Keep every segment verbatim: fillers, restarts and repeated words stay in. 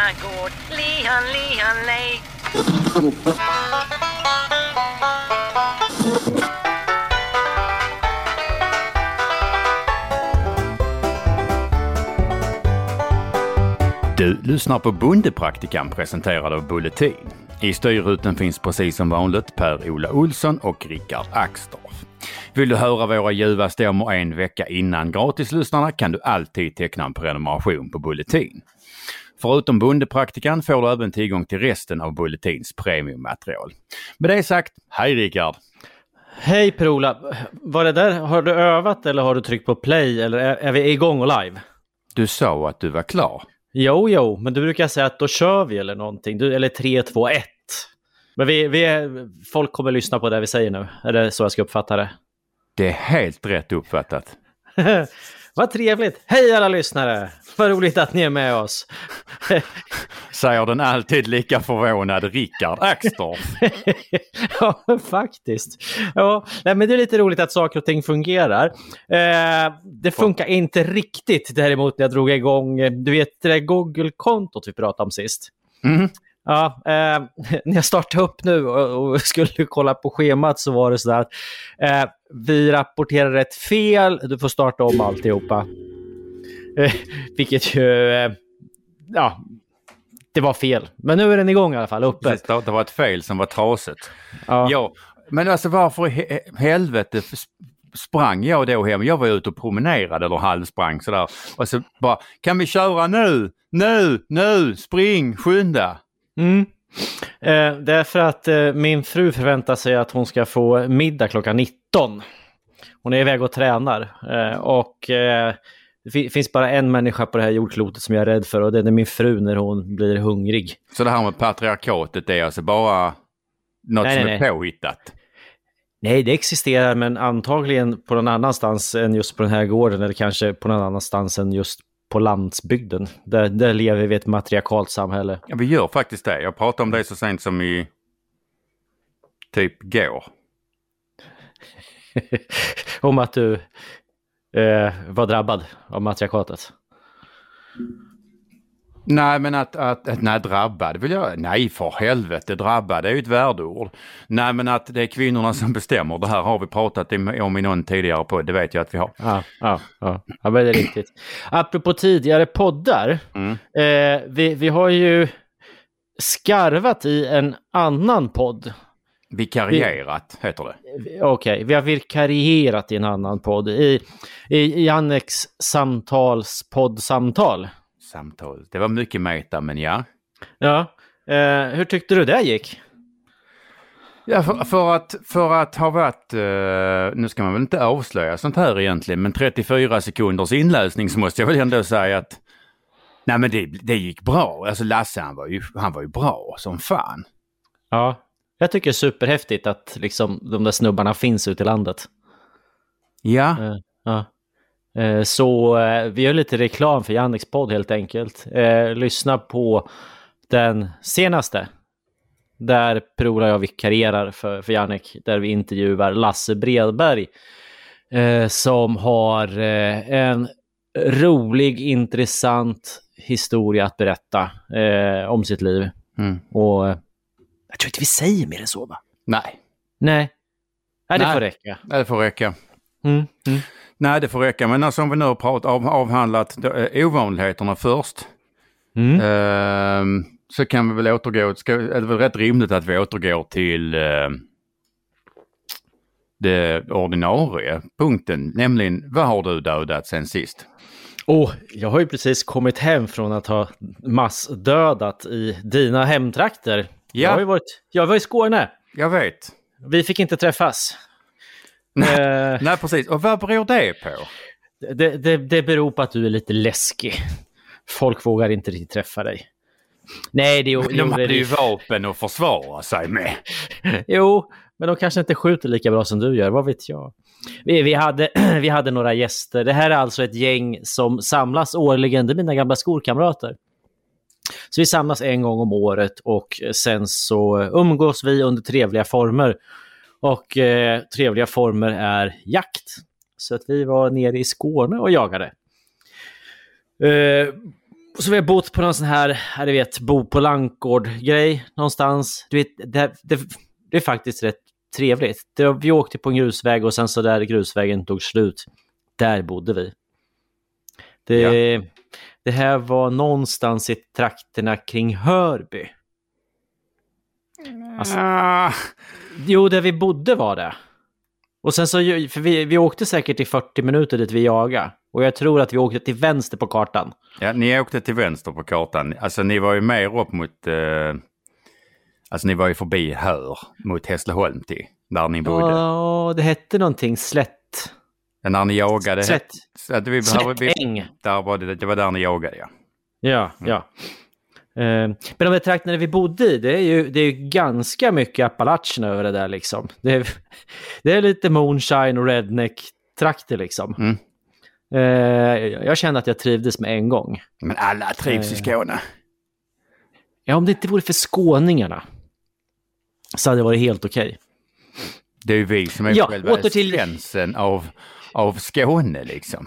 gård, lihan, lihan, lej. Du lyssnar på Bondepraktikan presenterad av Bulletin. I styrruten finns precis som vanligt Per-Ola Olsson och Rickard Axdorff. Vill du höra våra ljuva stämmor en vecka innan gratislyssnarna kan du alltid teckna en prenumeration på Bulletin. Förutom Bondepraktikan får du även tillgång till resten av Bulletins premiummaterial. Med det sagt, hej Rickard! Hej Per-Ola, var det där, har du övat eller har du tryckt på play eller är, är vi igång och live? Du sa att du var klar. Jo, jo, men du brukar säga att då kör vi eller någonting. Du, eller tre, två, ett. Men vi, vi är, folk kommer lyssna på det vi säger nu. Är det så jag ska uppfatta det? Det är helt rätt uppfattat. Vad trevligt. Hej alla lyssnare. Vad roligt att ni är med oss. Säger den alltid lika förvånade Rickard Axdorff. Ja, faktiskt. Ja, nej, men det är lite roligt att saker och ting fungerar. Eh, det funkar inte riktigt däremot när jag drog igång, du vet det där Google-kontot vi pratade om sist. Mm. Ja, eh, när jag startade upp nu och, och skulle kolla på schemat så var det så där att eh, vi rapporterar ett fel, du får starta om alltihopa. Eh, vilket ju, eh, ja, det var fel. Men nu är den igång i alla fall, uppe. Det, det var ett fel som var trasigt. Ja. Ja, men alltså varför i he- helvete sprang jag då hem? Jag var ute och promenerade eller halvsprang sådär. Och så bara, kan vi köra nu? Nu, nu, spring, skynda. Mm. Eh, det är för att eh, min fru förväntar sig att hon ska få middag klockan nitton. Hon är iväg och tränar. Eh, och eh, det f- finns bara en människa på det här jordklotet som jag är rädd för. Och det är min fru när hon blir hungrig. Så det här med patriarkatet det är alltså bara något nej, som nej, är nej. påhittat? Nej, det existerar men antagligen på någon annanstans än just på den här gården. Eller kanske på någon annanstans än just på landsbygden. Där, där lever vi i ett matriarkalt samhälle. Ja, vi gör faktiskt det. Jag pratade om det så sent som i typ går. Om att du eh, var drabbad av matriarkatet. Nej, men att, att, att nej, drabbad vill jag, nej för helvete, drabbad är ju ett värdeord. Nej, men att det är kvinnorna som bestämmer, det här har vi pratat om i någon tidigare podd, det vet jag att vi har. Ja, ja, ja. Ja, men det är riktigt. Apropå tidigare poddar, Mm. eh, vi, vi har ju skarvat i en annan podd. Vikarierat heter det. Okej, okay, vi har vikarierat i en annan podd. I, i, i Jannex samtalspoddsamtal. Samtal. Det var mycket meta, men ja. Ja, eh, hur tyckte du det gick? Ja, för, för, att, för att ha varit, eh, nu ska man väl inte avslöja sånt här egentligen, men trettiofyra sekunders inläsning så måste jag väl ändå säga att nej men det, det gick bra. Alltså Lasse han var, ju, han var ju bra som fan. Ja, jag tycker det är superhäftigt att liksom, de där snubbarna finns ute i landet. Ja. Eh, ja. Eh, så eh, vi gör lite reklam för Jannex podd helt enkelt. Eh, lyssna på den senaste. Där Per-Ola och jag vikarierar för, för Jannex. Där vi intervjuar Lasse Bredberg. Eh, som har eh, en rolig, intressant historia att berätta eh, om sitt liv. Mm. Och eh, jag tror inte vi säger mer än så, va? Nej. Nej. Nej, det Nej. får räcka. Nej, det får räcka. Mm. Mm. Nej, det får räcka. Men alltså, om vi nu har pratat, av, avhandlat eh, ovanligheterna först. Mm. Eh, så kan vi väl återgå, ska, är det väl rätt rimligt att vi återgår till eh, det ordinarie punkten. Nämligen, vad har du dödat sen sist? Oh, jag har ju precis kommit hem från att ha massdödat i dina hemtrakter. Ja. Jag har ju varit, jag var i Skåne. Jag vet. Vi fick inte träffas. Nej, eh, nej, precis. Och vad beror det på? det, det, det beror på att du är lite läskig. Folk vågar inte riktigt träffa dig. Nej, det, De jo, hade det, ju vapen att försvara sig med. Jo, men de kanske inte skjuter lika bra som du gör, vad vet jag. Vi, vi, hade, vi hade några gäster. Det här är alltså ett gäng som samlas årligen. Det är mina gamla skolkamrater. Så vi samlas en gång om året och sen så umgås vi under trevliga former. Och eh, trevliga former är jakt. Så att vi var nere i Skåne och jagade. Eh, Och så vi har bott på någon sån här, här du vet, bo på Lankgård-grej någonstans. Du vet, det, det, det är faktiskt rätt trevligt. Det, vi åkte på en grusväg och sen så där grusvägen tog slut. Där bodde vi. Det, ja. det här var någonstans i trakterna kring Hörby. Alltså, uh. Jo, där vi bodde var det. Och sen så, för vi, vi åkte säkert i fyrtio minuter dit vi jagade. Och jag tror att vi åkte till vänster på kartan. Ja, ni åkte till vänster på kartan. Alltså ni var ju mer upp mot... Eh, alltså ni var ju förbi Hör mot Hässleholm till. Där ni bodde. Ja, det hette någonting slätt. Ja, när ni jagade... Slätt. Att vi, Slättäng. Där var det, det var där ni jagade, ja. Ja, mm. ja. Uh, men de trakterna vi bodde i, det är ju, det är ju ganska mycket Appalacherna över det där liksom. Det är, det är lite moonshine och redneck-trakter liksom. Mm. Uh, jag kände att jag trivdes med en gång. Men alla trivs uh, i Skåne. Ja, om det inte vore för skåningarna så hade det varit helt okej. Okay. Det är ju vi som är ja, själva åter till... essensen av, av Skåne liksom.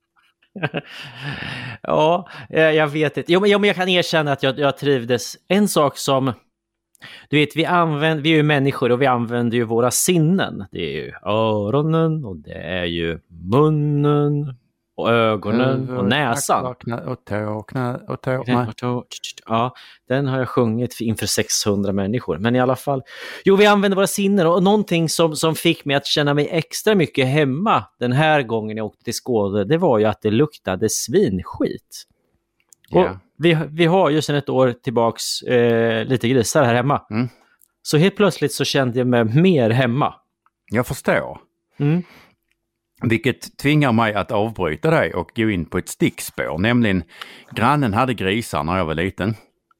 Ja, jag vet inte. Jo, men, jo, men jag kan erkänna att jag, jag trivdes. En sak som, du vet, vi använder, vi är ju människor och vi använder ju våra sinnen. Det är ju öronen och det är ju munnen och ögonen och näsan. Och tår, knä och tår. Ja, den har jag sjungit inför sexhundra människor. Men i alla fall, jo, vi använder våra sinnen. Och någonting som, som fick mig att känna mig extra mycket hemma den här gången jag åkte till Skåne, det var ju att det luktade svinskit. Yeah. Och vi, vi har ju sedan ett år tillbaks eh, lite grisar här hemma. Mm. Så helt plötsligt så kände jag mig mer hemma. Jag förstår. Mm. Vilket tvingar mig att avbryta dig och gå in på ett stickspår. Nämligen, grannen hade grisar när jag var liten.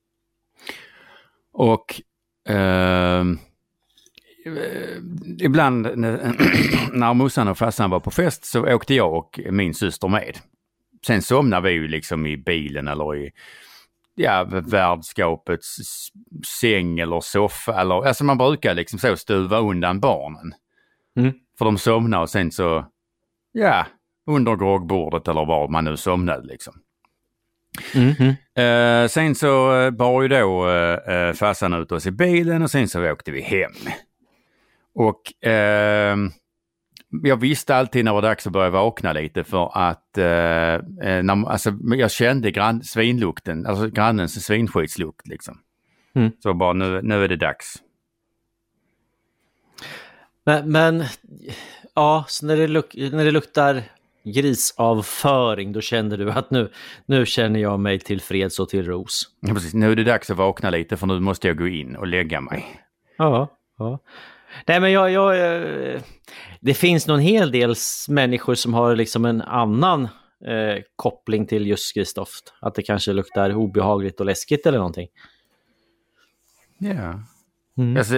Och eh, ibland när morsan och farsan var på fest så åkte jag och min syster med. Sen somnade vi ju liksom i bilen eller i ja, värdskapets säng eller soffa. Eller, alltså man brukar liksom så stuva undan barnen. Mm. För de somnade och sen så ja, under groggbordet eller var man nu somnade liksom. Mm-hmm. Uh, sen så bar ju då uh, farsan ut oss i bilen och sen så åkte vi hem. Och uh, jag visste alltid när det var dags att börja vakna lite för att uh, när, alltså, jag kände grann, svinlukten, alltså grannens svinskitslukt liksom. Mm. Så bara nu, nu är det dags. Men, men ja, så när det, luk- när det luktar grisavföring, då kände du att nu, nu känner jag mig till freds och till ros. Ja, precis. Nu är det dags att vakna lite för nu måste jag gå in och lägga mig. Ja, ja. Nej, men jag, jag, det finns nog en hel del människor som har liksom en annan eh, koppling till just grisdoft. Att det kanske luktar obehagligt och läskigt eller någonting. Ja. Mm. Alltså,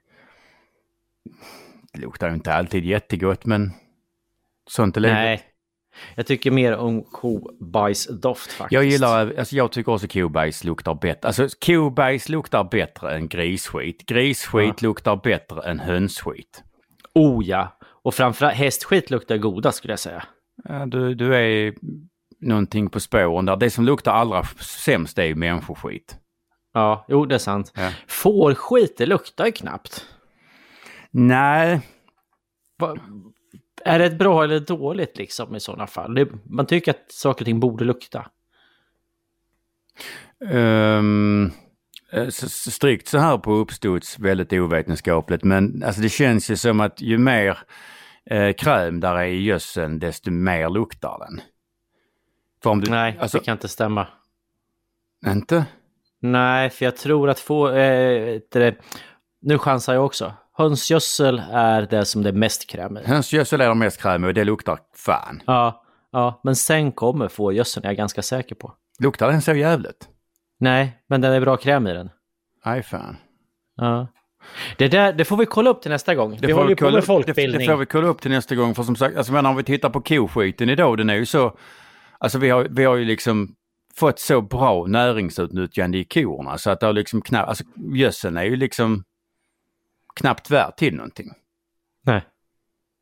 det luktar inte alltid jättegott, men sånt är livet. Nej, jag tycker mer om kobajsdoft faktiskt. Jag gillar, alltså jag tycker också kobajs luktar bättre. Alltså kobajs luktar bättre än grisskit. Grisskit ja. luktar bättre än hönsskit. Oh ja, och framförallt hästskit luktar goda skulle jag säga. Ja, du, du är någonting på spåren där. Det som luktar allra sämst är ju människoskit. Ja, jo det är sant. Ja. Fårskit, det luktar ju knappt. Nej. Va, är det ett bra eller dåligt liksom i sådana fall? Det, man tycker att saker och ting borde lukta. Um, strikt så här på uppstuds väldigt ovetenskapligt. Men alltså det känns ju som att ju mer eh, kräm där är i gödseln desto mer luktar den. För om du, Nej, alltså, det kan inte stämma. Inte? Nej, för jag tror att få... Eh, det, nu chansar jag också. Hönsgödsel är det som det är mest kräm i. Hönsgödsel är det mest kräm och det luktar fan. Ja, ja, men sen kommer fårgödseln, jag är ganska säker på. Luktar den så jävligt? Nej, men den är bra kräm i den. Aj fan. Ja. Det, där, det får vi kolla upp till nästa gång. Det vi håller ju på med folkbildning. Det, det får vi kolla upp till nästa gång. För som sagt, alltså, men om vi tittar på koskiten idag, den är ju så... Alltså vi har, vi har ju liksom fått så bra näringsutnyttjande i korna så att det har liksom knappt... Alltså gödseln är ju liksom knappt värd till någonting. Nej.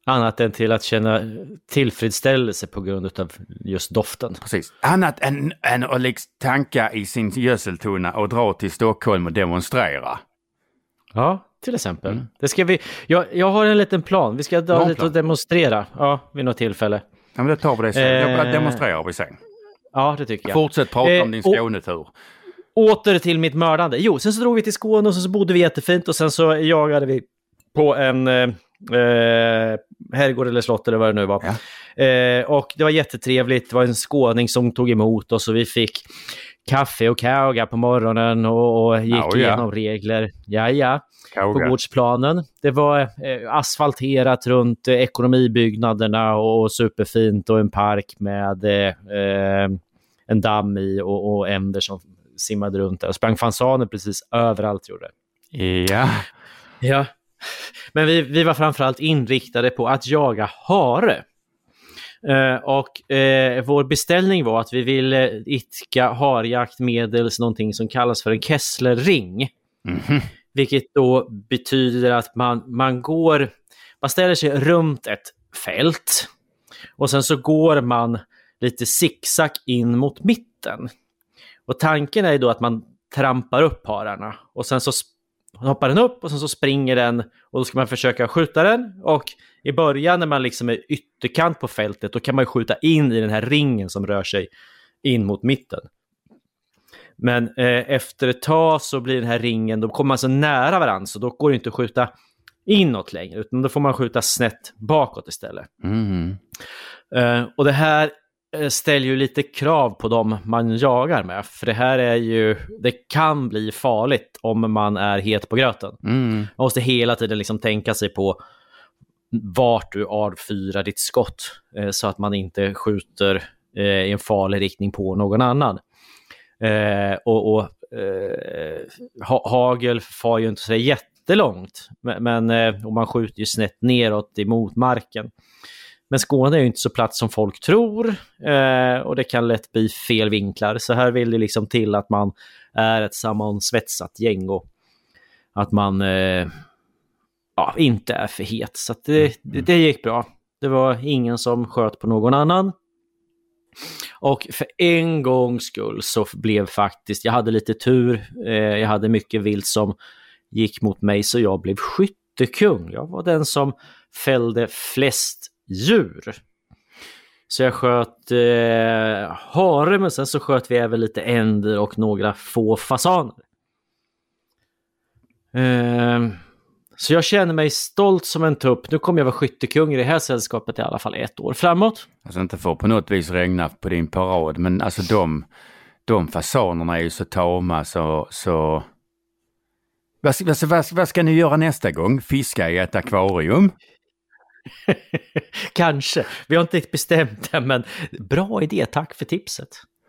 Annat än till att känna tillfredsställelse på grund av just doften. Precis. Annat än, än att liksom tanka i sin gödseltunna och dra till Stockholm och demonstrera. Ja, till exempel. Mm. Det ska vi, jag, jag har en liten plan. Vi ska dra Plan, lite plan. och demonstrera. Ja, vid något tillfälle. Ja, men det tar vi det sen. Eh, Då demonstrerar vi sen. Ja, det tycker jag. Fortsätt prata Eh, om din och- Skånetur. Åter till mitt mördande. Jo, sen så drog vi till Skåne och så, så bodde vi jättefint och sen så jagade vi på en eh, eh, herrgård eller slott eller vad det nu var. Ja. Eh, och det var jättetrevligt. Det var en skåning som tog emot oss och vi fick kaffe och kauga på morgonen och, och gick Ja, ja. igenom regler. Ja, ja. På Kauga. gårdsplanen. Det var eh, asfalterat runt eh, ekonomibyggnaderna och superfint och en park med eh, eh, en damm i och, och änder som simmade runt där och sprang fansaner precis överallt gjorde. Ja. Ja. Men vi, vi var framförallt inriktade på att jaga hare. Eh, och eh, vår beställning var att vi ville idka harjakt medels någonting som kallas för en Kesslerring. Mhm. Vilket då betyder att man, man går, man ställer sig runt ett fält och sen så går man lite zigzag in mot mitten. Och tanken är då att man trampar upp hararna och sen så sp- hoppar den upp och sen så springer den och då ska man försöka skjuta den. Och i början när man liksom är ytterkant på fältet då kan man skjuta in i den här ringen som rör sig in mot mitten. Men eh, efter ett tag så blir den här ringen, då kommer man så nära varandra så då går det inte att skjuta inåt längre utan då får man skjuta snett bakåt istället. Mm. Eh, och det här eh, ställer ju lite krav på dem man jagar med. För det här är ju, det kan bli farligt om man är het på gröten. Mm. Man måste hela tiden liksom tänka sig på vart du avfyrar ditt skott eh, så att man inte skjuter eh, i en farlig riktning på någon annan. Eh, och och eh, ha, hagel far ju inte så jättelångt men, men eh, och man skjuter ju snett neråt emot marken. Men Skåne är ju inte så platt som folk tror eh, och det kan lätt bli fel vinklar. Så här vill det liksom till att man är ett sammansvetsat gäng och att man eh, ja, inte är för het. Så att det, det, det gick bra. Det var ingen som sköt på någon annan. Och för en gångs skull så blev faktiskt, jag hade lite tur, eh, jag hade mycket vilt som gick mot mig så jag blev skyttekung. Jag var den som fällde flest djur. Så jag sköt eh, hare men sen så sköt vi även lite änder och några få fasaner. Eh, så jag känner mig stolt som en tupp. Nu kommer jag vara skyttekung i det här sällskapet i alla fall ett år framåt. Alltså inte för på något vis regna på din parad, men alltså de, de fasanerna är ju så tama så... så... Vad, vad, vad, vad ska ni göra nästa gång? Fiska i ett akvarium? Kanske. Vi har inte bestämt det, men bra idé. Tack för tipset.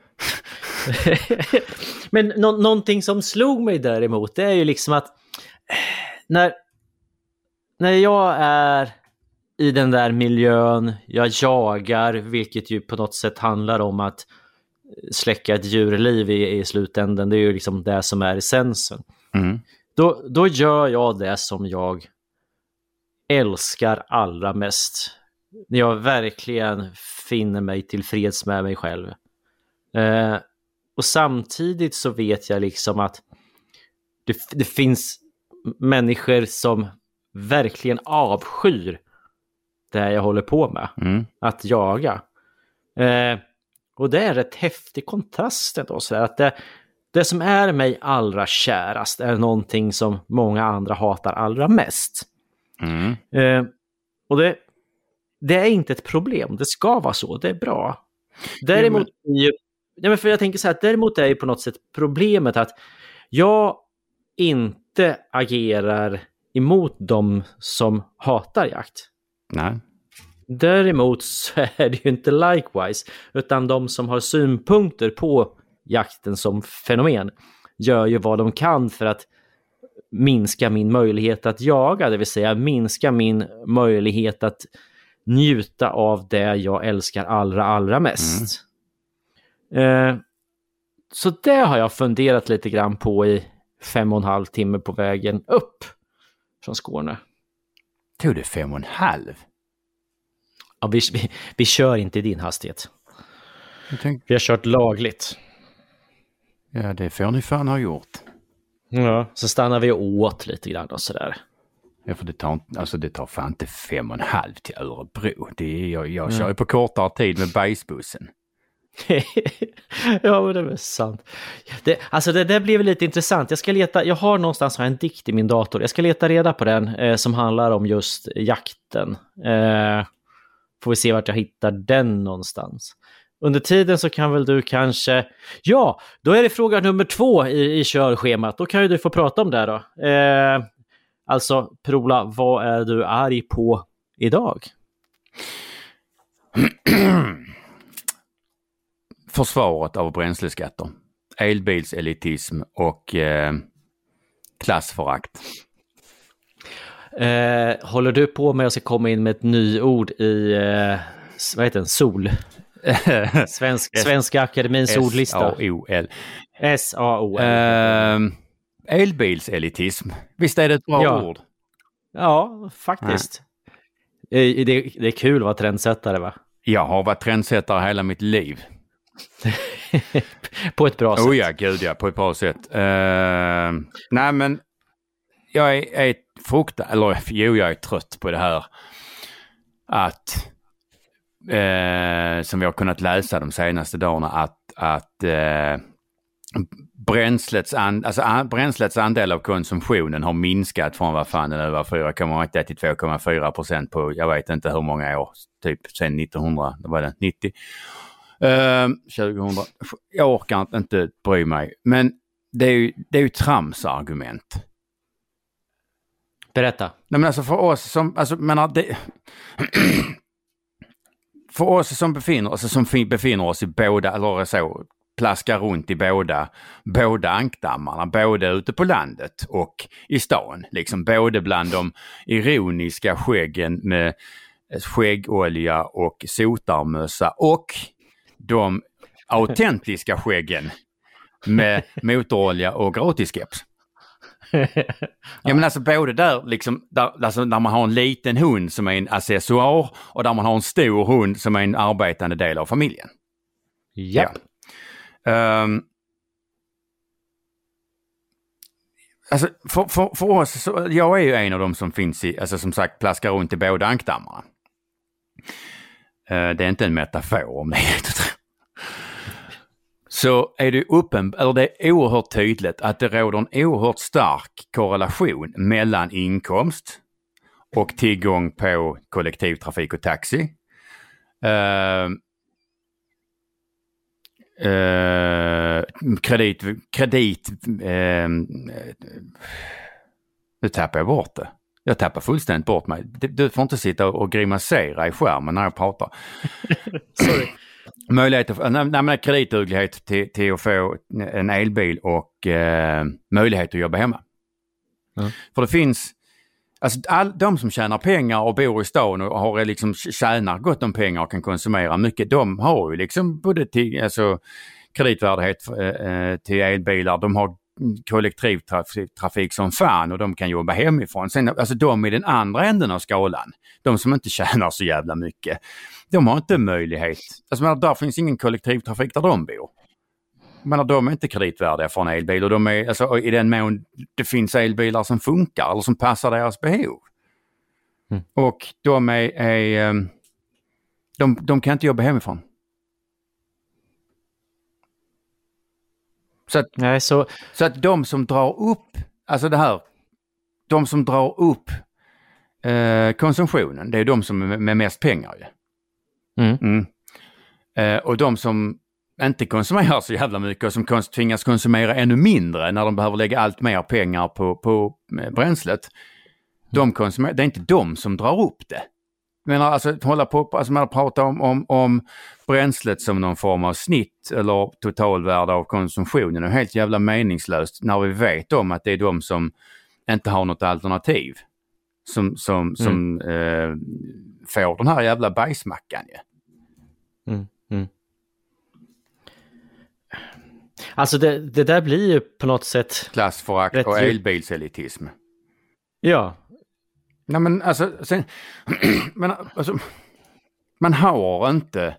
Men nå- någonting som slog mig däremot, det är ju liksom att när, när jag är i den där miljön, jag jagar, vilket ju på något sätt handlar om att släcka ett djurliv i, i slutändan. Det är ju liksom det som är essensen. Mm. Då, då gör jag det som jag älskar allra mest. När jag verkligen finner mig tillfreds med mig själv. Eh, och samtidigt så vet jag liksom att det, det finns människor som verkligen avskyr det jag håller på med. Mm. Att jaga. Eh, och det är en rätt häftig kontrast då, så att det, det som är mig allra kärast är någonting som många andra hatar allra mest. Mm. Eh, och det, det är inte ett problem. Det ska vara så. Det är bra. Däremot, Ja, men... ja, men för jag tänker så här, däremot är ju på något sätt problemet att jag inte agerar emot dem som hatar jakt. Nej. Däremot så är det ju inte likewise, utan de som har synpunkter på jakten som fenomen gör ju vad de kan för att minska min möjlighet att jaga, det vill säga minska min möjlighet att njuta av det jag älskar allra, allra mest. Mm. Eh, så det har jag funderat lite grann på i fem och en halv timme på vägen upp från Skåne. Tog det fem och en halv? Ja, vi, vi, vi kör inte i din hastighet. Tänk... Vi har kört lagligt. Ja, det får ni fan ha gjort. Ja, så stannar vi och åt lite grann och sådär. Ja, för det tar, alltså det tar fan inte fem och en halv till Örebro. Det är, jag jag kör ju på kortare tid med bajsbussen. Ja, men det är sant. Det, alltså det där blir väl lite intressant. Jag ska leta, jag har någonstans en dikt i min dator. Jag ska leta reda på den eh, som handlar om just jakten. Eh, får vi se vart jag hittar den någonstans. Under tiden så kan väl du kanske... Ja, då är det fråga nummer två i, i körschemat. Då kan ju du få prata om det då. Eh, alltså, Per-Ola, vad är du arg på idag? Försvaret av bränsleskatter, elbilselitism och eh, klassförakt. Eh, håller du på med att ska komma in med ett nyord i eh, vad heter den? Sol? Svensk, Svenska Akademins ordlista. S A O L. S A O L. Eh, elbilselitism. Visst är det ett bra ja. ord? Ja, faktiskt. Eh, det, det är kul att vara trendsättare, va? Jag har varit trendsättare hela mitt liv. På ett bra sätt. Oh ja, gud ja, på ett bra sätt. Uh, nej men jag är, är frukta, eller jo, jag är trött på det här att uh, som vi har kunnat läsa de senaste dagarna att, att uh, bränslets, and, alltså, an, bränslets andel av konsumtionen har minskat från vad fan det var fyra komma åtta till två komma fyra procent på jag vet inte hur många år, typ sen nittonhundra, vad var det, nittio. Uh, tjugohundra. Jag orkar inte bry mig. Men det är ju, det är ju tramsargument. Berätta. Nej, men alltså för oss som, alltså menar det, för oss som befinner oss, som befinner oss i båda, eller så, plaskar runt i båda, båda ankdammarna, både ute på landet och i stan. Liksom både bland de ironiska skäggen med skäggolja och sotarmössa och de autentiska skäggen med motorolja och gratiskeps. Ja, men alltså både där liksom där, alltså där man har en liten hund som är en accessoar och där man har en stor hund som är en arbetande del av familjen. Japp. Ja. Um, alltså för, för, för oss så, jag är ju en av dem som finns i, alltså som sagt plaskar runt i båda ankdammarna. Uh, det är inte en metafor om det är så är det uppen, eller det är oerhört tydligt att det råder en oerhört stark korrelation mellan inkomst och tillgång på kollektivtrafik och taxi. Uh, uh, kredit, kredit, uh, nu tappar jag bort det. Jag tappar fullständigt bort mig. Du, du får inte sitta och grimasera i skärmen när jag pratar. Sorry. Möjligheter, nej, nej, kreditduglighet till, till att få en elbil och eh, möjlighet att jobba hemma. Mm. För det finns, alltså all, de som tjänar pengar och bor i stan och har liksom tjänar gott om pengar och kan konsumera mycket, de har ju liksom både till, alltså, kreditvärdighet eh, till elbilar, de har kollektivtrafik som fan och de kan jobba hemifrån. Sen, alltså de i den andra änden av skalan, de som inte tjänar så jävla mycket, de har inte möjlighet. Alltså men där finns ingen kollektivtrafik där de bor. Men de är inte kreditvärdiga för en elbil och de är, alltså, i den mån det finns elbilar som funkar eller som passar deras behov. Mm. Och de är, är de, de kan inte jobba hemifrån. Så att, Nej, så... så att de som drar upp, alltså det här, de som drar upp eh, konsumtionen, det är de som är med mest pengar ju. Mm. Mm. Eh, och de som inte konsumerar så jävla mycket och som kons- tvingas konsumera ännu mindre när de behöver lägga allt mer pengar på, på eh, bränslet, de konsumerar, det är inte de som drar upp det. Men alltså hålla på, alltså man pratar om, om, om bränslet som någon form av snitt eller totalvärde av konsumtionen är helt jävla meningslöst när vi vet om att det är de som inte har något alternativ som, som, som mm. eh, får den här jävla bajsmackan. Ja. Mm. Mm. Alltså det, det där blir ju på något sätt klassförakt och elbilselitism. Ja. Nej men alltså, sen, men, alltså man har inte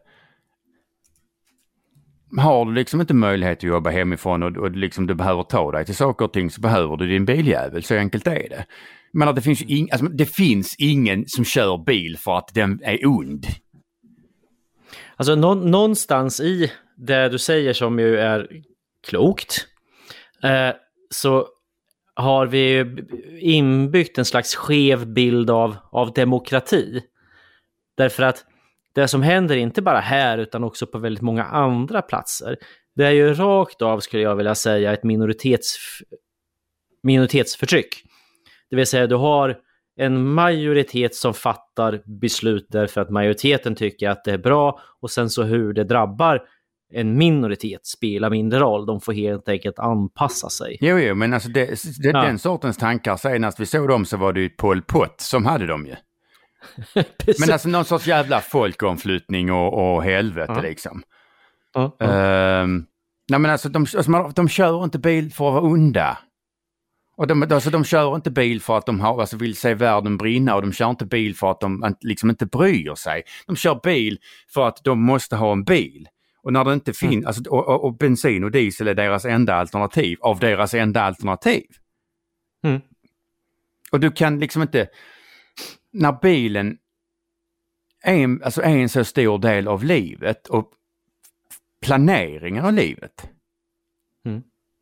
har du liksom inte möjlighet att jobba hemifrån och, och liksom du behöver ta dig till saker och ting, så behöver du din biljävel, så enkelt är det. Men att det finns ing, alltså, det finns ingen som kör bil för att den är ond. Alltså nå, någonstans i det du säger, som ju är klokt, eh, så har vi inbyggt en slags skev bild av, av demokrati. Därför att det som händer inte bara här utan också på väldigt många andra platser, det är ju rakt av, skulle jag vilja säga, ett minoritets, minoritetsförtryck. Det vill säga du har en majoritet som fattar beslut därför att majoriteten tycker att det är bra, och sen så hur det drabbar en minoritet spelar mindre roll. De får helt enkelt anpassa sig. Jo, jo, men alltså det, det, ja. den sortens tankar, senast vi såg dem så var det ju Pol Pot som hade dem ju. Men alltså någon sorts jävla folkomflyttning och, och helvete ja. liksom. Ja, ja. Uh, nej men alltså de, alltså de kör inte bil för att vara onda. Och de, alltså, de kör inte bil för att de har, alltså, vill se världen brinna, och de kör inte bil för att de liksom inte bryr sig. De kör bil för att de måste ha en bil. Och när det inte finns, mm. alltså, och, och, och bensin och diesel är deras enda alternativ, av deras enda alternativ. Mm. Och du kan liksom inte, när bilen är en, alltså är en så stor del av livet och planeringen av livet. Mm.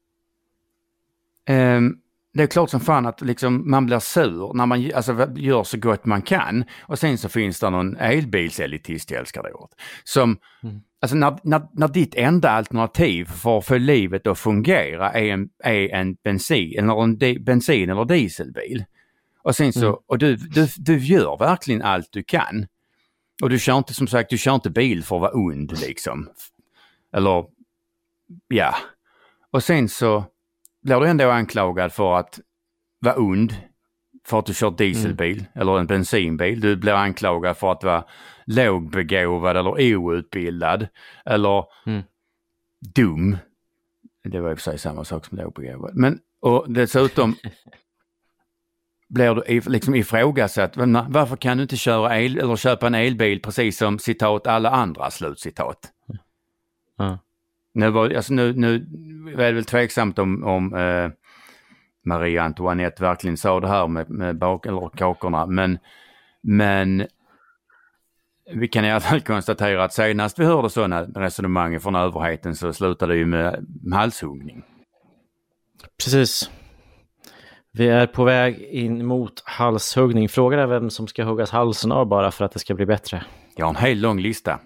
Um, det är klart som fan att liksom man blir sur när man alltså, gör så gott man kan, och sen så finns det någon elbilselitist, jag älskar det ordet, som mm. alltså när, när, när ditt enda alternativ för att få livet att fungera är en, är en bensin eller en di, bensin eller dieselbil, och sen så mm. och du, du, du gör verkligen allt du kan, och du kör inte, som sagt, du kör inte bil för att vara ond liksom, eller ja, och sen så blir du ändå anklagad för att vara ond för att du kör dieselbil mm. eller en bensinbil. Du blir anklagad för att vara lågbegåvad eller outbildad eller mm. dum. Det var i och för sig samma sak som lågbegåvad. Men och dessutom blir du liksom ifrågasatt. Varför kan du inte köra el eller köpa en elbil precis som citat alla andra, slutcitat. Mm. Nu, var, alltså nu, nu är det väl tveksamt om, om eh, Marie Antoinette verkligen sa det här med, med bak- eller kakorna, men, men vi kan i alla fall konstatera att senast vi hörde sådana resonemang från överheten så slutade det ju med halshuggning. Precis. Vi är på väg in mot halshuggning. Frågan är vem som ska huggas halsen av bara för att det ska bli bättre. Jag har en hel lång lista.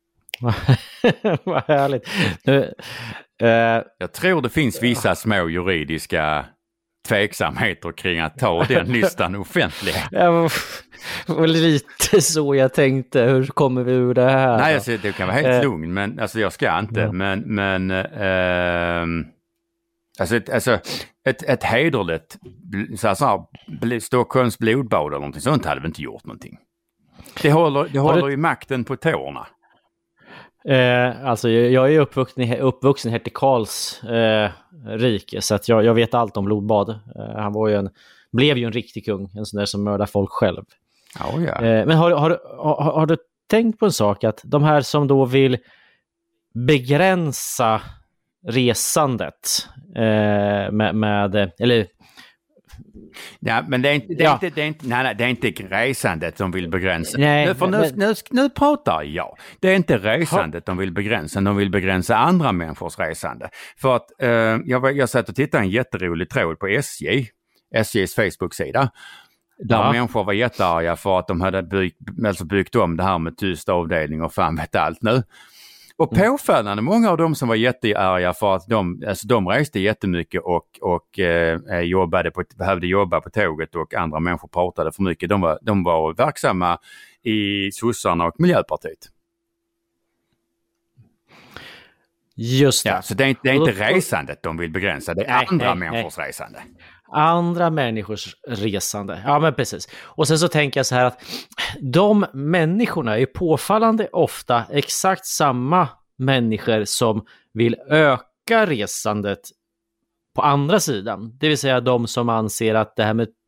Vad härligt. Nu, uh, jag tror det finns vissa små juridiska tveksamheter kring att ta den listan offentligt. Ja, lite så jag tänkte. Hur kommer vi ur det här? Nej, alltså, det kan vara helt uh, lugn, men alltså, jag ska inte. Ja. Men, men uh, alltså, ett, alltså ett, ett hederligt så här, Stockholms blodbad eller någonting sånt hade vi inte gjort någonting. Det håller, det håller ju makten på tårna. Eh, alltså jag är uppvuxen, uppvuxen här till Karls eh, rike, så att jag, jag vet allt om blodbad. Eh, han var ju en, blev ju en riktig kung, en sån där som mördar folk själv. Oh, ja. eh, men har, har, har, har du tänkt på en sak, att de här som då vill begränsa resandet eh, med, med, eller ja, men det är inte, det är ja. inte, det är inte, nej, nej, det är inte resandet de vill begränsa. Nej, nu, för nu, men, nu, nu pratar jag. Det är inte resandet ha. de vill begränsa, de vill begränsa andra människors resande. För att eh, jag, jag satt och tittade en jätterolig tråd på S J, S J:s Facebook-sida, där ja. människor var jättearga för att de hade byggt, alltså byggt om det här med tyst avdelning och fan vet allt nu. Och påfallande många av dem som var jättearga för att de, alltså de reste jättemycket och, och eh, jobbade på, behövde jobba på tåget, och andra människor pratade för mycket. De var, de var verksamma i Sossarna och Miljöpartiet. Just det. Ja, så det är, det är inte resandet de vill begränsa, det är nej, andra nej, människors nej. resande. Andra människors resande. Ja, men precis. Och sen så tänker jag så här att de människorna är påfallande ofta exakt samma människor som vill öka resandet på andra sidan. Det vill säga de som anser att det här med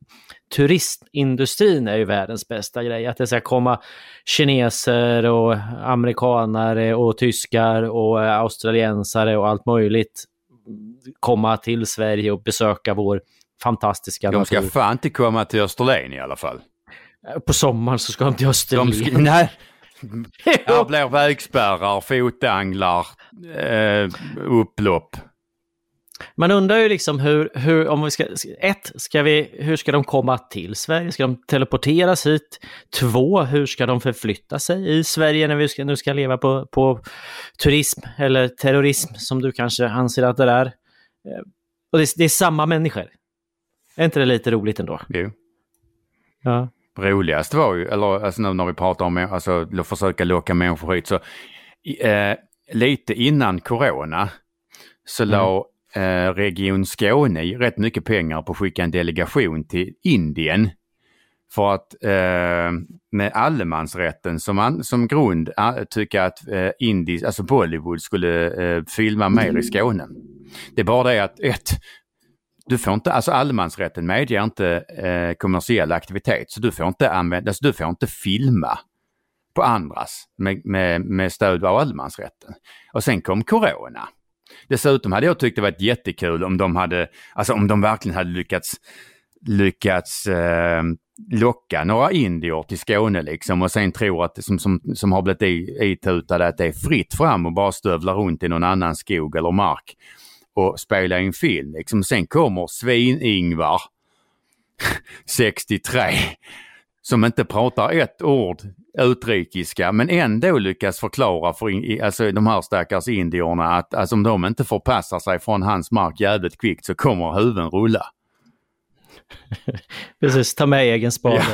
turistindustrin är ju världens bästa grej. Att det ska komma kineser och amerikanare och tyskar och australiensare och allt möjligt komma till Sverige och besöka vår fantastiska De ska natur. fan inte komma till Österlen i alla fall. På sommaren så ska de till Österlen. De ska, nej. Här blir vägspärrar, fotanglar, eh, upplopp. Man undrar ju liksom hur, hur om vi ska, ett, ska vi, hur ska de komma till Sverige? Ska de teleporteras hit? Två, hur ska de förflytta sig i Sverige när vi ska, nu ska leva på, på turism eller terrorism som du kanske anser att det är? Och det, det är samma människor. Är inte det lite roligt ändå? Jo. Ja. Roligast var ju, eller alltså när vi pratar om alltså, att försöka locka människor hit, så eh, lite innan corona så mm. la eh, Region Skåne rätt mycket pengar på att skicka en delegation till Indien för att eh, med allemansrätten som, an, som grund äh, tycka att eh, Indis, alltså Bollywood skulle eh, filma mer i Skåne. Det är bara det att ett Du får inte, alltså allemansrätten medger inte eh, kommersiell aktivitet, så du får inte använda, alltså du får inte filma på andras med, med, med stöd av allemansrätten. Och sen kom corona. Dessutom hade jag tyckt det var jättekul om de hade, alltså om de verkligen hade lyckats lyckats eh, locka några indier till Skåne liksom, och sen tror att som, som, som har blivit itutade att det är fritt fram och bara stövla runt i någon annan skog eller mark och spela en film. Liksom. Sen kommer Svin-Ingvar sextiotre som inte pratar ett ord utrikiska men ändå lyckas förklara för in, alltså, de här stackars indierna att alltså, om de inte förpassar sig från hans mark jävligt kvickt så kommer huvuden rulla. Precis, ta med egen spade. Ja.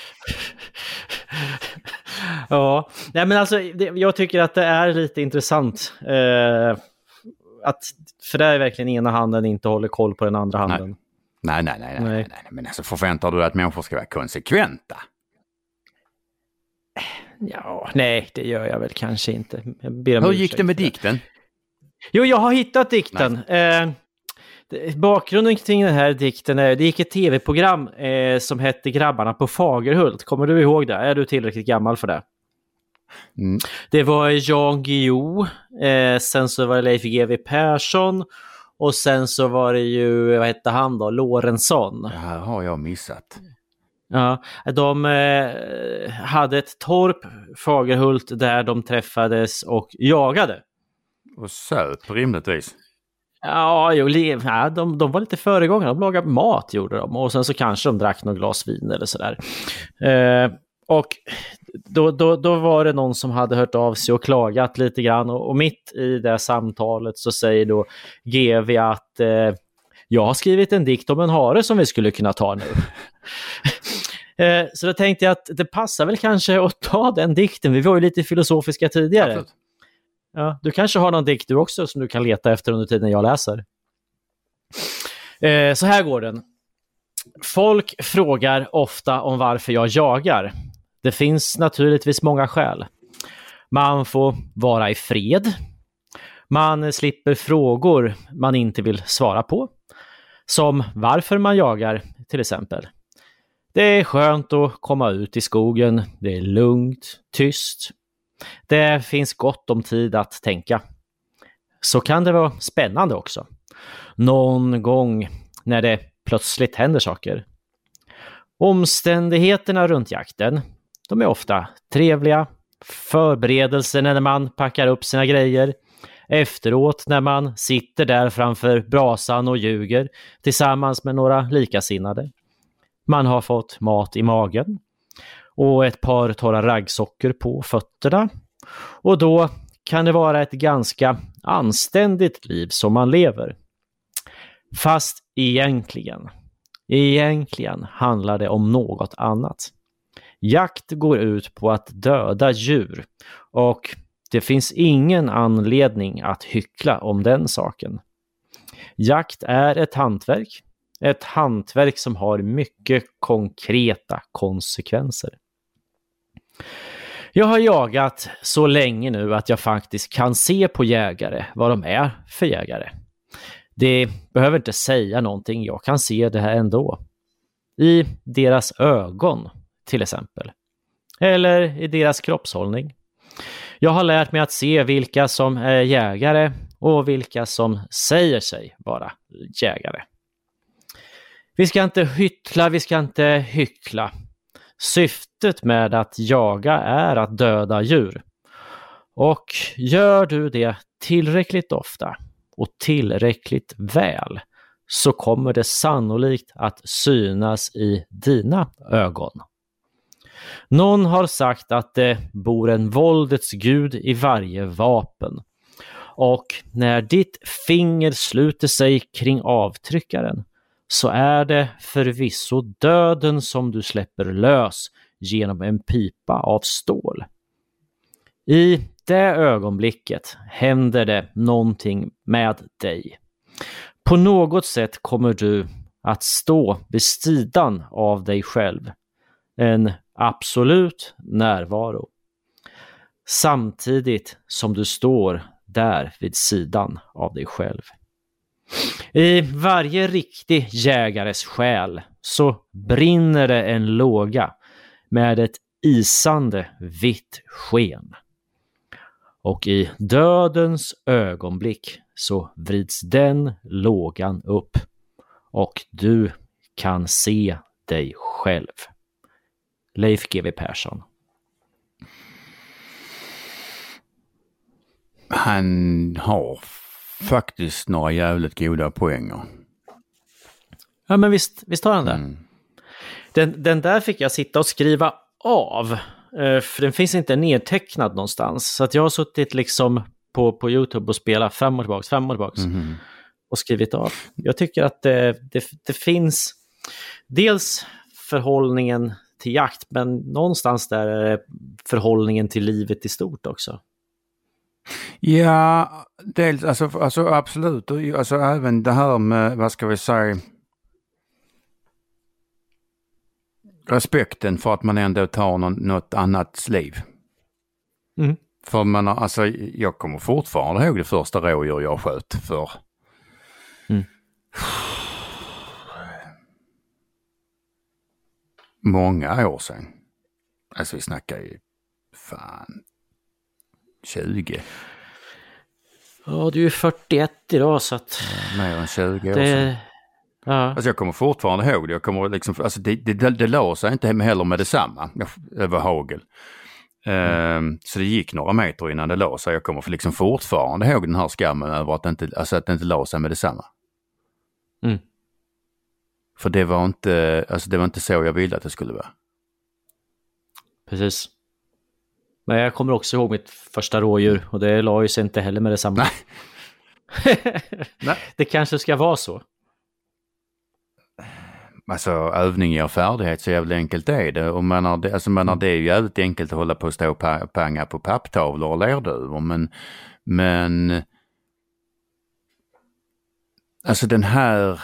Ja, nej men alltså det, jag tycker att det är lite intressant eh, att, för det är verkligen ena handen inte håller koll på den andra handen. Nej, nej, nej, nej, nej, nej, nej. Men alltså förväntar du att människor ska vara konsekventa? Ja, nej, det gör jag väl kanske inte. Hur gick det med dikten? Jo, jag har hittat dikten. Eh, bakgrunden kring den här dikten är, det gick ett tv-program eh, som hette Grabbarna på Fagerhult. Kommer du ihåg det? Är du tillräckligt gammal för det? Mm. Det var Jan Guillou, eh, sen så var det Leif G W Persson och sen så var det ju, vad hette han då, Lorentzon. Det här har jag missat. Ja, de eh, hade ett torp, Fagerhult, där de träffades och jagade. Och söp, rimligtvis. Ja, jo, ja de, de var lite föregångare, de lagade mat gjorde de och sen så kanske de drack något glas vin eller sådär. Eh, och då, då, då var det någon som hade hört av sig och klagat lite grann och, och mitt i det samtalet så säger då G W att eh, jag har skrivit en dikt om en hare som vi skulle kunna ta nu. eh, så då tänkte jag att det passar väl kanske att ta den dikten, vi var ju lite filosofiska tidigare. Absolut. Ja, du kanske har någon dikt du också som du kan leta efter under tiden jag läser. Eh, så här går den. Folk frågar ofta om varför jag jagar. Det finns naturligtvis många skäl. Man får vara i fred. Man slipper frågor man inte vill svara på. Som varför man jagar till exempel. Det är skönt att komma ut i skogen. Det är lugnt, tyst. Det finns gott om tid att tänka. Så kan det vara spännande också. Någon gång när det plötsligt händer saker. Omständigheterna runt jakten, de är ofta trevliga. Förberedelsen när man packar upp sina grejer. Efteråt när man sitter där framför brasan och ljuger tillsammans med några likasinnade. Man har fått mat i magen. Och ett par torra raggsockor på fötterna. Och då kan det vara ett ganska anständigt liv som man lever. Fast egentligen, egentligen handlar det om något annat. Jakt går ut på att döda djur och det finns ingen anledning att hyckla om den saken. Jakt är ett hantverk. Ett hantverk som har mycket konkreta konsekvenser. Jag har jagat så länge nu att jag faktiskt kan se på jägare vad de är för jägare. Det behöver inte säga någonting, jag kan se det här ändå. i deras ögon till exempel. Eller i deras kroppshållning. Jag har lärt mig att se vilka som är jägare och vilka som säger sig vara jägare. Vi ska inte hyckla, vi ska inte hyckla. Syftet med att jaga är att döda djur. Och gör du det tillräckligt ofta och tillräckligt väl så kommer det sannolikt att synas i dina ögon. Någon har sagt att det bor en våldets gud i varje vapen. Och när ditt finger sluter sig kring avtryckaren så är det förvisso döden som du släpper lös genom en pipa av stål. I det ögonblicket händer det någonting med dig. På något sätt kommer du att stå vid sidan av dig själv. En absolut närvaro. Samtidigt som du står där vid sidan av dig själv. I varje riktig jägares själ så brinner det en låga med ett isande vitt sken. Och i dödens ögonblick så vrids den lågan upp och du kan se dig själv. Leif G W Persson. Han har faktiskt några jävligt goda poänger. Ja, men visst, visst har han det. Mm. Den, den där fick jag sitta och skriva av. För den finns inte nedtecknad någonstans. Så att jag har suttit liksom på, på YouTube och spelat fram och tillbaka, fram och tillbaka. Mm. Och skrivit av. Jag tycker att det, det, det finns dels förhållningen till jakt, men någonstans där är det förhållningen till livet i stort också. Ja, dels, alltså, alltså absolut. Alltså även det här med, vad ska vi säga, respekten för att man ändå tar någon, något annat liv. Mm. För man, alltså, jag kommer fortfarande ihåg det första rådjur jag sköt för mm. många år sedan. Alltså vi snackar ju fan tjugo. Ja, du är fyrtioett idag så att... Ja, mer än tjugo år det... sedan. Ja. Alltså jag kommer fortfarande ihåg det. Jag kommer liksom, alltså det, det, det, det la sig inte heller med detsamma över hagel. Mm. Um, så det gick några meter innan det la sig. Jag kommer liksom fortfarande ihåg den här skammen över att det inte, alltså att det inte la sig med detsamma. Mm. För det var inte, alltså det var inte så jag ville att det skulle vara. Precis. Men jag kommer också ihåg mitt första rådjur och det la ju sig inte heller med detsamma. Nej. Nej. Det kanske ska vara så. Alltså övning ger färdighet, så jävla enkelt är det. Och man har det, alltså man har det är ju jävligt enkelt att hålla på och stå och panga på papptavlor och lerduvor. Men, men alltså den här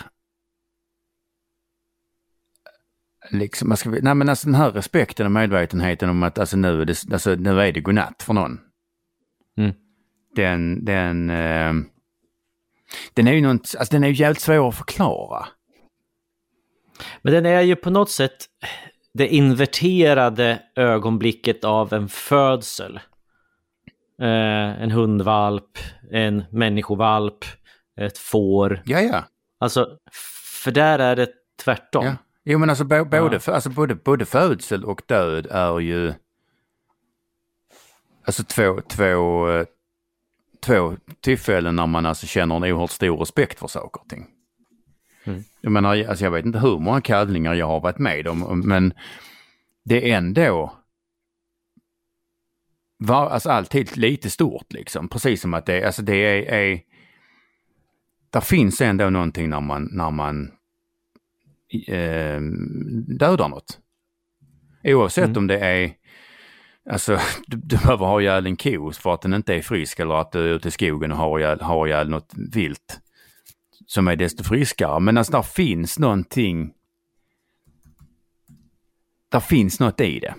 liksom, man ska, nej men alltså den här respekten och medvetenheten om att alltså nu är det, alltså nu är det godnatt för någon. Mm. Den, den, eh, den är ju något, alltså den är ju jävligt svår att förklara. Men den är ju på något sätt det inverterade ögonblicket av en födsel. Eh, en hundvalp, en människovalp, ett får. Ja, ja. Alltså, för där är det tvärtom. Ja. Jo, men alltså, bo- både, ja. för, alltså både, både födsel och död är ju alltså två, två, två tillfällen när man alltså känner en oerhört stor respekt för saker och ting. Mm. Jag menar, alltså jag vet inte hur många kalvningar jag har varit med om, men det är ändå var, alltså alltid lite stort liksom. Precis som att det, alltså det är, är där finns ändå någonting när man, när man eh, dödar något. Oavsett mm. om det är alltså du, du behöver ha ihjäl en ko för att den inte är frisk, eller att du är ute i skogen och har ihjäl, har ihjäl något vilt som är desto friskare. Men alltså där finns någonting, där finns något i det.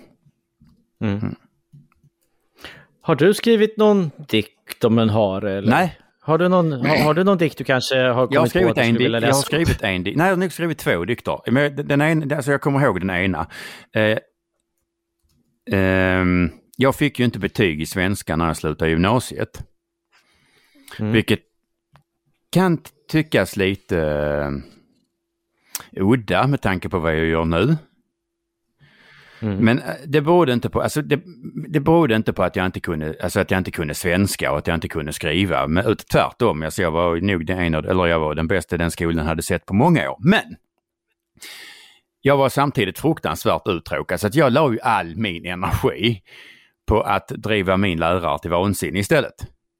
Mm. Mm. Har du skrivit någon dikt om en hare? Eller? Nej. Har du någon, har, har du någon dikt du kanske har kommit jag har skrivit på att du en skulle vilja dikt. Jag har läsa? skrivit en dikt. Nej, jag har nog skrivit två dikter. Men den ena, alltså jag kommer ihåg den ena. Eh, eh, jag fick ju inte betyg i svenska när jag slutade gymnasiet. Mm. Vilket kan tyckas lite uh, udda med tanke på vad jag gör nu. Mm. Men det berodde inte på, alltså det, det berodde inte på att jag inte kunde, alltså att jag inte kunde svenska och att jag inte kunde skriva. Men tvärtom, alltså jag var nog den ena, eller jag var den bästa den skolan hade sett på många år. Men jag var samtidigt fruktansvärt uttråkad, så att jag la ju all min energi på att driva min lärare till vansinne istället.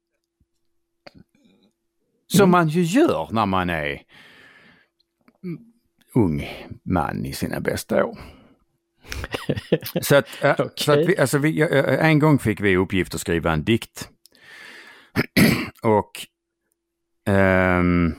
Som mm. man ju gör när man är ung man i sina bästa år. så att, äh, okay. så att vi, alltså vi, en gång fick vi uppgift att skriva en dikt. och ähm,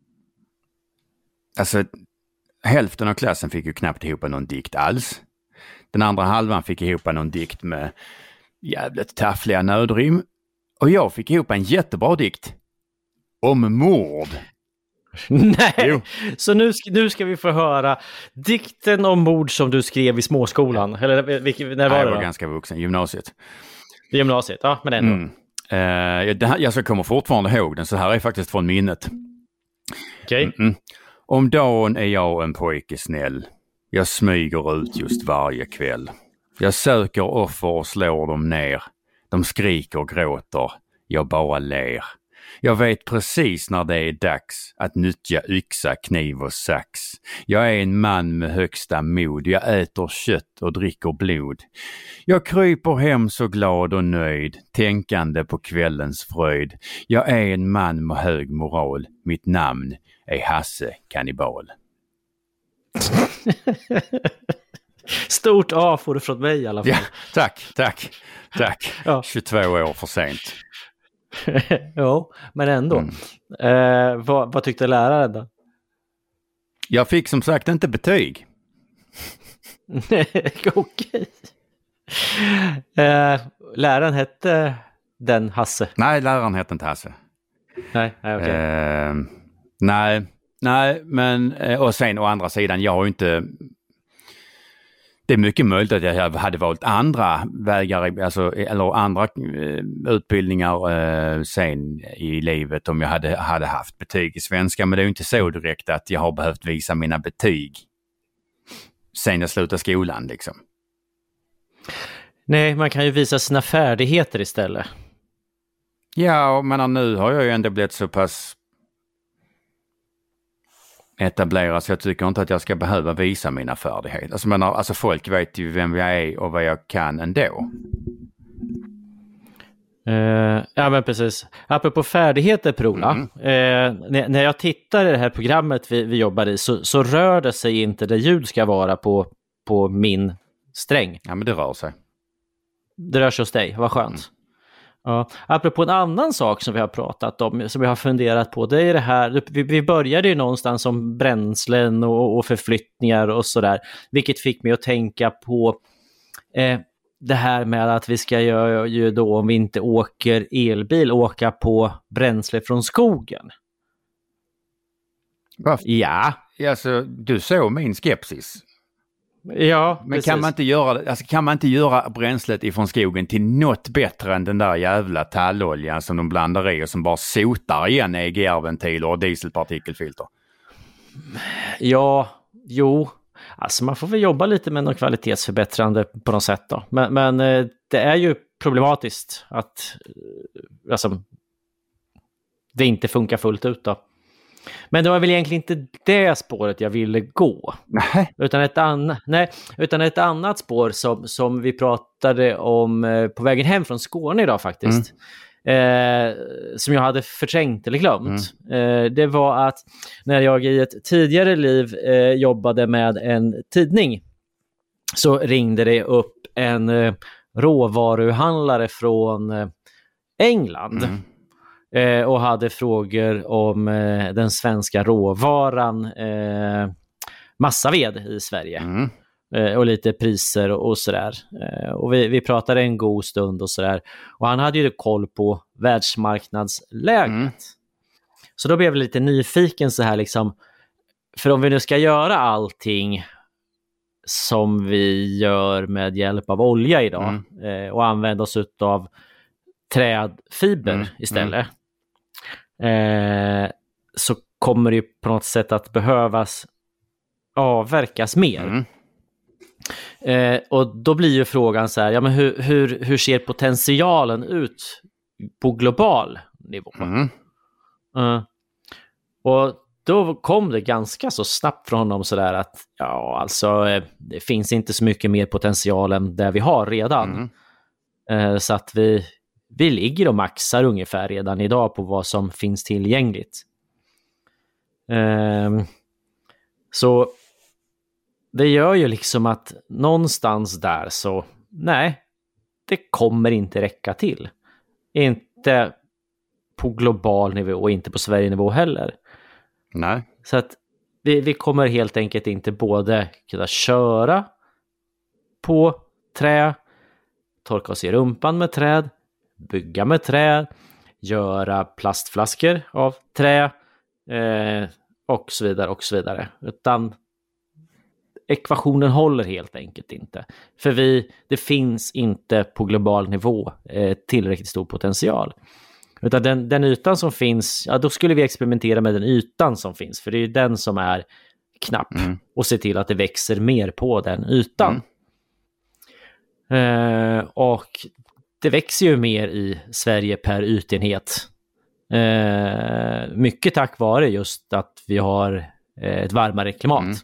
alltså hälften av klassen fick ju knappt ihop någon dikt alls. Den andra halvan fick ihop någon dikt med jävligt taffliga nödrim. Och jag fick ihop en jättebra dikt om mord. Nej, jo. Så nu, nu ska vi få höra dikten om mord som du skrev i småskolan. Eller vilket, när var Nej, det jag var då? ganska vuxen, gymnasiet. Gymnasiet, ja, men ändå. Mm. Uh, jag, det här, jag kommer fortfarande ihåg den, så här är faktiskt från minnet. Okej. Okay. Mm-mm. Om dagen är jag en pojke snäll. Jag smyger ut just varje kväll. Jag söker offer och slår dem ner. De skriker och gråter. Jag bara ler. Jag vet precis när det är dags att nyttja yxa, kniv och sax. Jag är en man med högsta mod. Jag äter kött och dricker blod. Jag kryper hem så glad och nöjd, tänkande på kvällens fröjd. Jag är en man med hög moral. Mitt namn är Hasse Kannibal. Stort A får du från mig i alla fall. Ja, tack, tack, tack. Ja. tjugotvå år för sent. Jo, men ändå. Mm. Eh, vad, vad tyckte läraren då? Jag fick som sagt inte betyg. Okej. Eh, läraren hette den Hasse? Nej, läraren hette inte Hasse. Nej, nej okej. Eh, nej, nej, men och sen å andra sidan, jag har ju inte... Det är mycket möjligt att jag hade valt andra vägar, alltså, eller andra eh, utbildningar eh, sen i livet om jag hade, hade haft betyg i svenska. Men det är ju inte så direkt att jag har behövt visa mina betyg sen jag slutade skolan liksom. Nej, man kan ju visa sina färdigheter istället. Ja, men nu har jag ju ändå blivit så pass etableras. Jag tycker inte att jag ska behöva visa mina färdigheter. Alltså, men, alltså folk vet ju vem jag är och vad jag kan ändå. Uh, ja men precis. Apropå färdigheter, Prola. Mm. Uh, när, när jag tittar i det här programmet vi, vi jobbar i så, så rör det sig inte där ljud ska vara på, på min sträng. Ja men det rör sig. Det rör sig hos dig, vad skönt. Mm. Ja, apropå en annan sak som vi har pratat om, som vi har funderat på, det är det här, vi, vi började ju någonstans om bränslen och, och förflyttningar och sådär, vilket fick mig att tänka på eh, det här med att vi ska ju, ju då, om vi inte åker elbil, åka på bränsle från skogen. Varför? Ja. Alltså, du såg min skepsis. Ja, men kan man, inte göra, alltså kan man inte göra bränslet ifrån skogen till något bättre än den där jävla talloljan som de blandar i och som bara sotar igen E G R-ventiler och dieselpartikelfilter? Ja, jo. Alltså man får väl jobba lite med något kvalitetsförbättrande på något sätt då. Men, men det är ju problematiskt att alltså, det inte funkar fullt ut då. Men det var väl egentligen inte det spåret jag ville gå. Nej. Utan ett, anna, nej, utan ett annat spår som, som vi pratade om eh, på vägen hem från Skåne idag faktiskt. Mm. Eh, som jag hade förträngt eller glömt. Mm. Eh, det var att när jag i ett tidigare liv eh, jobbade med en tidning så ringde det upp en eh, råvaruhandlare från eh, England. Mm. Eh, och hade frågor om eh, den svenska råvaran eh, massaved i Sverige. Mm. Eh, och lite priser och, och sådär. Eh, och vi, vi pratade en god stund och sådär. Och han hade ju koll på världsmarknadsläget. Så då blev jag lite nyfiken så här liksom, för om vi nu ska göra allting som vi gör med hjälp av olja idag mm. eh, och använda oss av trädfiber mm. istället mm. Eh, så kommer det ju på något sätt att behövas avverkas mer. Mm. Eh, och då blir ju frågan så här, ja men hur, hur, hur ser potentialen ut på global nivå? Mm. Uh, och då kom det ganska så snabbt från honom så där att ja alltså eh, det finns inte så mycket mer potential än det vi har redan. Mm. Eh, så att vi, vi ligger och maxar ungefär redan idag på vad som finns tillgängligt. Eh, så det gör ju liksom att någonstans där så nej, det kommer inte räcka till. Inte på global nivå och inte på Sverige-nivå heller. Nej. Så att vi, vi kommer helt enkelt inte både kunna köra på trä, torka oss i rumpan med träd, bygga med träd, göra plastflaskor av trä eh, och så vidare och så vidare. Utan ekvationen håller helt enkelt inte. För vi, det finns inte på global nivå eh, tillräckligt stor potential. Utan den, den ytan som finns, ja då skulle vi experimentera med den ytan som finns. För det är ju den som är knapp. Mm. Och se till att det växer mer på den ytan. Mm. Eh, och det växer ju mer i Sverige per ytenhet. Eh, mycket tack vare just att vi har eh, ett varmare klimat. Mm.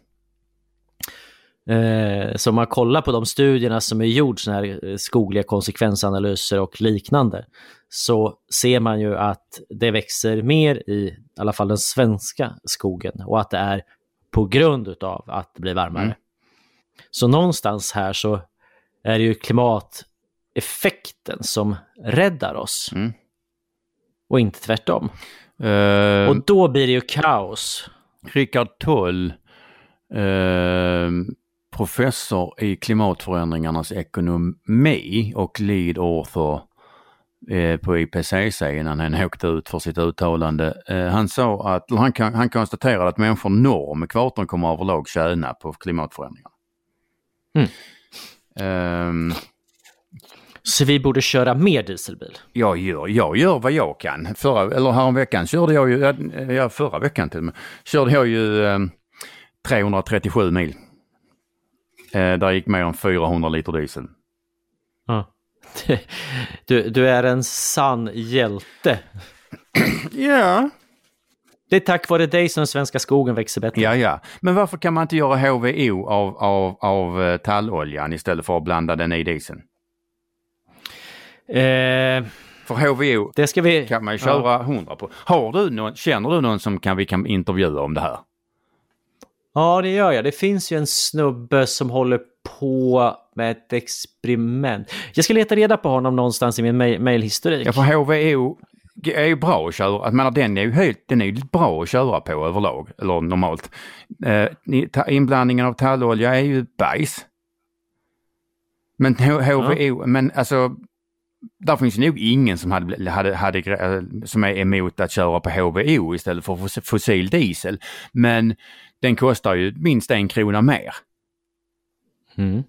Eh, så om man kollar på de studierna som är gjort, såna här skogliga konsekvensanalyser och liknande, så ser man ju att det växer mer i i alla fall den svenska skogen och att det är på grund utav att det blir varmare. Mm. Så någonstans här så är det ju klimateffekten som räddar oss mm. och inte tvärtom. Uh, och då blir det ju kaos. Rickard Toll, uh, professor i klimatförändringarnas ekonomi och lead author eh, på I P C C innan han åkte ut för sitt uttalande. Eh, han sa att han, kan, han konstaterade att människor norr om ekvatorn kommer överlag tjäna på klimatförändringar. Mm. Um, Så vi borde köra mer dieselbil? Jag gör, jag gör vad jag kan. Förra, eller häromveckan körde jag ju, ja, förra veckan till och med, körde jag ju eh, trehundratrettiosju mil. Eh, där gick mer än fyrahundra liter diesel. Ja. Du, du är en sann hjälte. Ja. Det är tack vare dig som den svenska skogen växer bättre. Ja, ja. Men varför kan man inte göra H V O av, av, av talloljan istället för att blanda den i dieseln? Eh, för H V O det ska vi... kan man ju köra ja. hundra på. Har du någon, känner du någon som kan, vi kan intervjua om det här? Ja, det gör jag. Det finns ju en snubbe som håller på med ett experiment. Jag ska leta reda på honom någonstans i min mail- mailhistorik. Ja, för H V O är ju bra att köra. Jag menar, den är ju helt, den är ju bra att köra på överlag, eller normalt. Eh, inblandningen av tallolja är ju bajs. Men H V O, ja. men alltså, där finns nog ingen som hade, hade, hade, som är emot att köra på H V O istället för fossil diesel. Men den kostar ju minst en krona mer. Mm.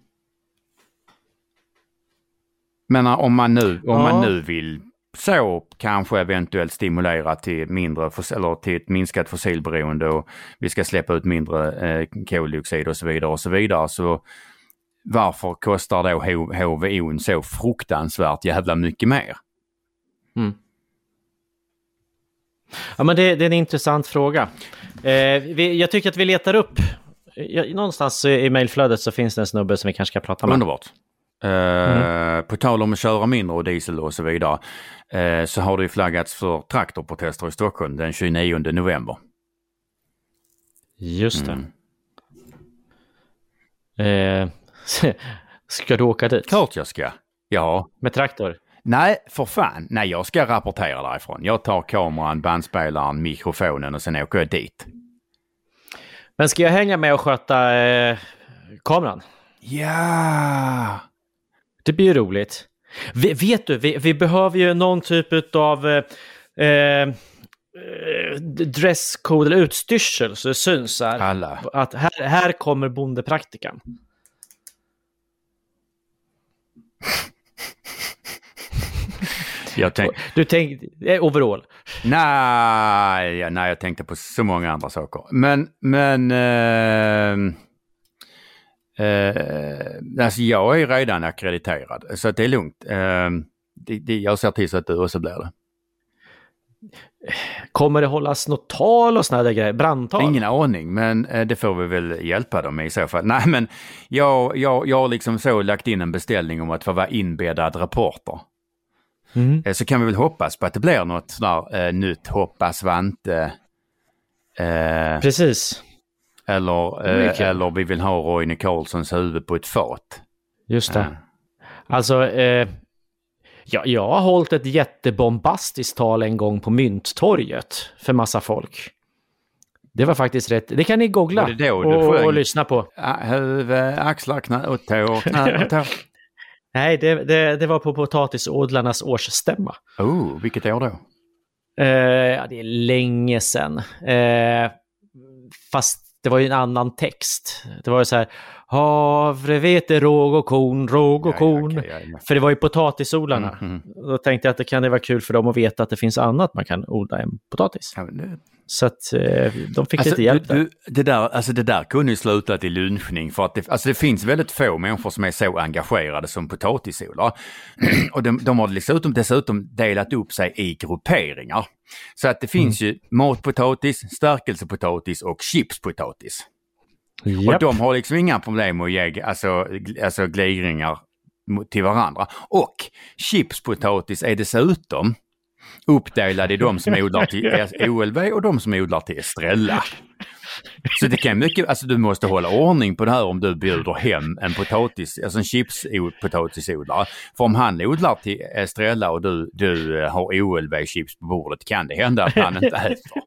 Men om man nu, om ja. man nu vill så kanske eventuellt stimulera till mindre eller till ett minskat fossilberoende och vi ska släppa ut mindre eh, koldioxid och så vidare och så vidare, så varför kostar då H V O så fruktansvärt jävla mycket mer? Mm. Ja, men det, det är en intressant fråga. Eh, vi, jag tycker att vi letar upp jag, någonstans i mejlflödet så finns det en snubbe som vi kanske ska prata med. Underbart. Uh, mm. På tal om att köra mindre och diesel och så vidare, uh, så har det ju flaggats för traktorprotester i Stockholm den tjugonionde november. Just det. Mm. Uh, ska du åka dit? Klart jag ska. Ja. Med traktor? Nej, för fan. Nej, jag ska rapportera därifrån. Jag tar kameran, bandspelaren, mikrofonen och sen åker jag dit. Men ska jag hänga med och sköta eh, kameran? Ja! Det blir ju roligt. Vi, vet du, vi, vi behöver ju någon typ av eh, dresscode eller utstyrsel så det syns här Alla. att här, här kommer bondepraktikan. Jag tänk... Du tänkte eh, overall. Nej, nej, jag tänkte på så många andra saker. Men, men eh, eh, alltså jag är redan akkrediterad så att det är lugnt. Eh, det, det, jag ser till så att du också blir det. Kommer det hållas något tal och såna där grejer? Brandtal? Ingen aning, men eh, det får vi väl hjälpa dem i så fall. Nej, men jag, jag, jag har liksom så lagt in en beställning om att få vara inbäddad reporter. Mm. Så kan vi väl hoppas på att det blir något sådär eh, nytt hoppas Svante. Eh, Precis. Eller, eh, eller vi vill ha Roine Carlssons huvud på ett fat. Just det. Eh. Alltså, eh, ja, jag har hållit ett jättebombastiskt tal en gång på Mynttorget för massa folk. Det var faktiskt rätt. Det kan ni googla det då och, och, och lyssna på. Huvud, axlar, knä och tår, knä och tår. Nej, det, det, det var på potatisodlarnas årsstämma. Oh, vilket år då? Eh, ja, det är länge sedan. Eh, fast det var ju en annan text. Det var ju så här, havre, vete, råg och korn, råg och korn. Ja, ja, okay, För det var ju potatisodlarna. Mm, mm. Då tänkte jag att det kan det vara kul för dem att veta att det finns annat man kan odla än potatis. Ja, det... Så att eh, de fick alltså, lite hjälp där. Du, det där. Alltså det där kunde ju sluta till lunchning för att det, alltså det finns väldigt få människor som är så engagerade som potatisodlare. Och de, de har dessutom, dessutom delat upp sig i grupperingar. Så att det finns mm. ju matpotatis, stärkelsepotatis och chipspotatis. Yep. Och de har liksom inga problem att ge alltså, alltså glidningar till varandra. Och chipspotatis är dessutom uppdelade i de som odlar till O L V och de som odlar till Estrella. Så det kan mycket, alltså du måste hålla ordning på det här om du bjuder hem en potatis, alltså en chips-potatisodlare. För om han odlar till Estrella och du, du har O L V-chips på bordet kan det hända att han inte äter.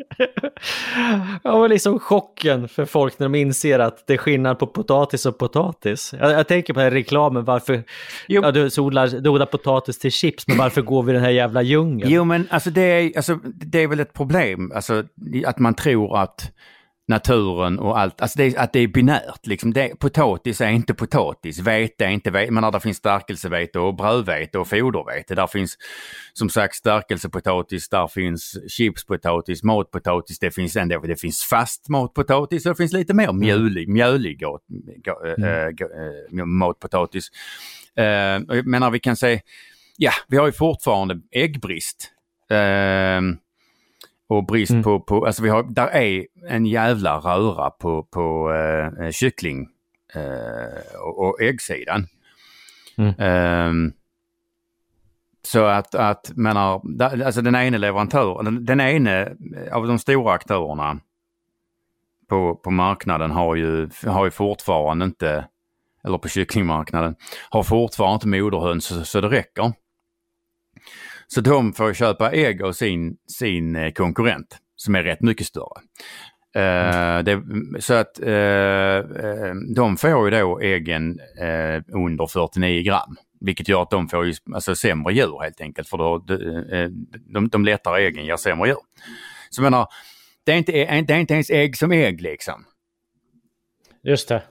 Ja, men liksom chocken för folk när de inser att det är skillnad på potatis och potatis. Jag, jag tänker på den reklamen, varför ja, du, odlar, du odlar potatis till chips, men varför går vi den här jävla djungeln? Jo, men alltså det är, alltså, det är väl ett problem, alltså att man tror att naturen och allt, alltså det är, att det är binärt liksom. Det, potatis är inte potatis, vete är inte vete, men där finns stärkelsevete och brödvete och fodervete. Där finns som sagt stärkelsepotatis, där finns chipspotatis, matpotatis, det finns en del, det finns fast matpotatis och det finns lite mer mjölig, mjölig gå, gå, mm. äh, äh, matpotatis. Äh, jag menar vi kan säga, ja, vi har ju fortfarande äggbrist. Äh, Och brist mm. på, på, alltså vi har, där är en jävla röra på, på äh, kyckling äh, och, och äggsidan. Mm. Ähm, så att, att menar, alltså den ena leverantören, den, den ena av de stora aktörerna på, på marknaden har ju, har ju fortfarande inte, eller på kycklingmarknaden, har fortfarande inte moderhöns så, så det räcker. Så de får köpa ägg av sin, sin konkurrent som är rätt mycket större. Mm. Uh, det, så att uh, de får ju då äggen uh, under fyrtionio gram. Vilket gör att de får ju, alltså, sämre djur helt enkelt. För då, de, de, de lättare äggen ger sämre djur. Så jag menar, det är, inte, det är inte ens ägg som ägg liksom. Just det.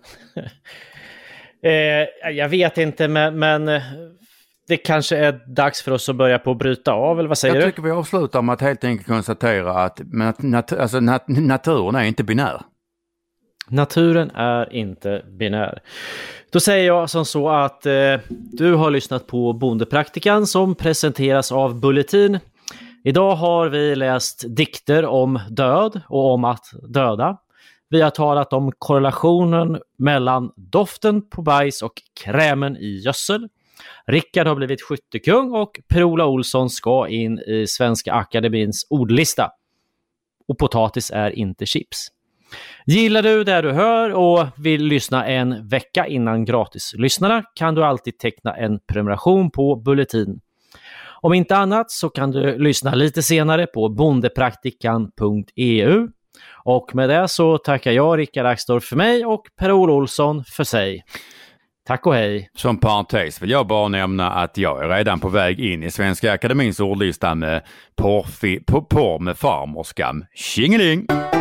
eh, jag vet inte men... men... Det kanske är dags för oss att börja på att bryta av, eller vad säger du? Jag tycker vi avslutar med att helt enkelt konstatera att nat- alltså nat- naturen är inte binär. Naturen är inte binär. Då säger jag som så att eh, du har lyssnat på Bondepraktikan som presenteras av Bulletin. Idag har vi läst dikter om död och om att döda. Vi har talat om korrelationen mellan doften på bajs och krämen i gödsel. Rickard har blivit skyttekung och Per-Ola Olsson ska in i Svenska Akademins ordlista. Och potatis är inte chips. Gillar du det du hör och vill lyssna en vecka innan gratislyssnarna kan du alltid teckna en prenumeration på Bulletin. Om inte annat så kan du lyssna lite senare på bondepraktikan punkt e u. Och med det så tackar jag Rickard Axdorff för mig och Per-Ola Olsson för sig. Tack och hej. Som parentes vill jag bara nämna att jag är redan på väg in i Svenska Akademins ordlista med porr, porr med farmorskam. Tjingeling!